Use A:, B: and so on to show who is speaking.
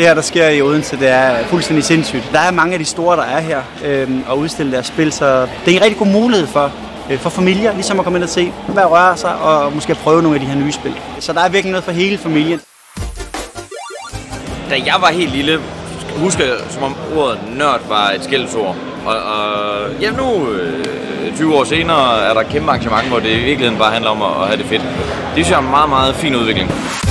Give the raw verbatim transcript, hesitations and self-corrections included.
A: Det her, der sker i Odense, det er fuldstændig sindssygt. Der er mange af de store, der er her øh, og udstille deres spil, så det er en rigtig god mulighed for, øh, for familier, ligesom at komme ind og se, hvad rører sig, og måske prøve nogle af de her nye spil. Så der er virkelig noget for hele familien.
B: Da jeg var helt lille, husker jeg, som om ordet nørd var et skældsord. Og, og ja, nu øh, tyve år senere er der et kæmpe arrangement, hvor det i virkeligheden bare handler om at, at have det fedt. Det synes jeg er en meget, meget fin udvikling.